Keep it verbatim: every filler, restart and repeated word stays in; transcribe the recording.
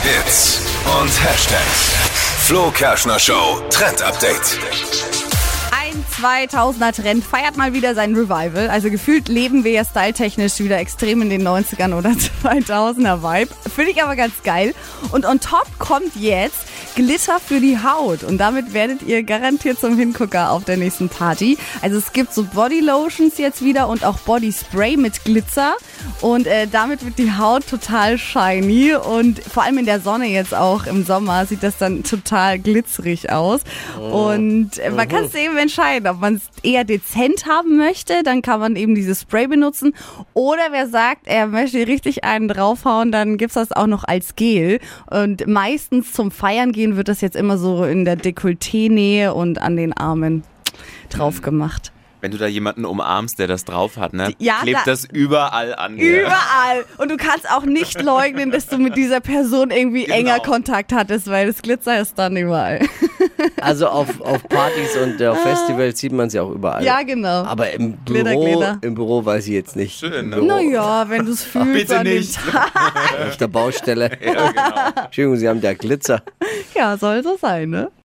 Hits und Hashtags. Flo Kerschner Show Trend Update. Ein zweitausender Trend feiert mal wieder sein Revival. Also gefühlt leben wir ja styletechnisch wieder extrem in den neunzigern oder zweitausender Vibe. Finde ich aber ganz geil. Und on top kommt jetzt Glitter für die Haut. Und damit werdet ihr garantiert zum Hingucker auf der nächsten Party. Also es gibt so Bodylotions jetzt wieder und auch Bodyspray mit Glitzer. Und äh, damit wird die Haut total shiny. Und vor allem in der Sonne jetzt auch im Sommer sieht das dann total glitzerig aus. Oh. Und äh, man kann es eben entscheiden, ob man es eher dezent haben möchte. Dann kann man eben dieses Spray benutzen. Oder wer sagt, er möchte richtig einen draufhauen, dann gibt's das auch noch als Gel. Und meistens zum Feiern gehen wird das jetzt immer so in der Dekolleté-Nähe und an den Armen drauf gemacht. Wenn du da jemanden umarmst, der das drauf hat, ne? Ja, klebt da, das überall an dir. Überall. Und du kannst auch nicht leugnen, dass du mit dieser Person irgendwie Genau. enger Kontakt hattest, weil das Glitzer ist dann überall. Also auf, auf Partys und auf Festivals sieht man sie auch überall. Ja, genau. Aber im Glitter, Büro, Glitter. im Büro weiß ich jetzt nicht. Schön, ne? Naja, wenn du es fühlst bitte an nicht. dem Tag. Auf der Baustelle. Ja, genau. Entschuldigung, Sie haben da Glitzer. Ja, soll so sein, ne?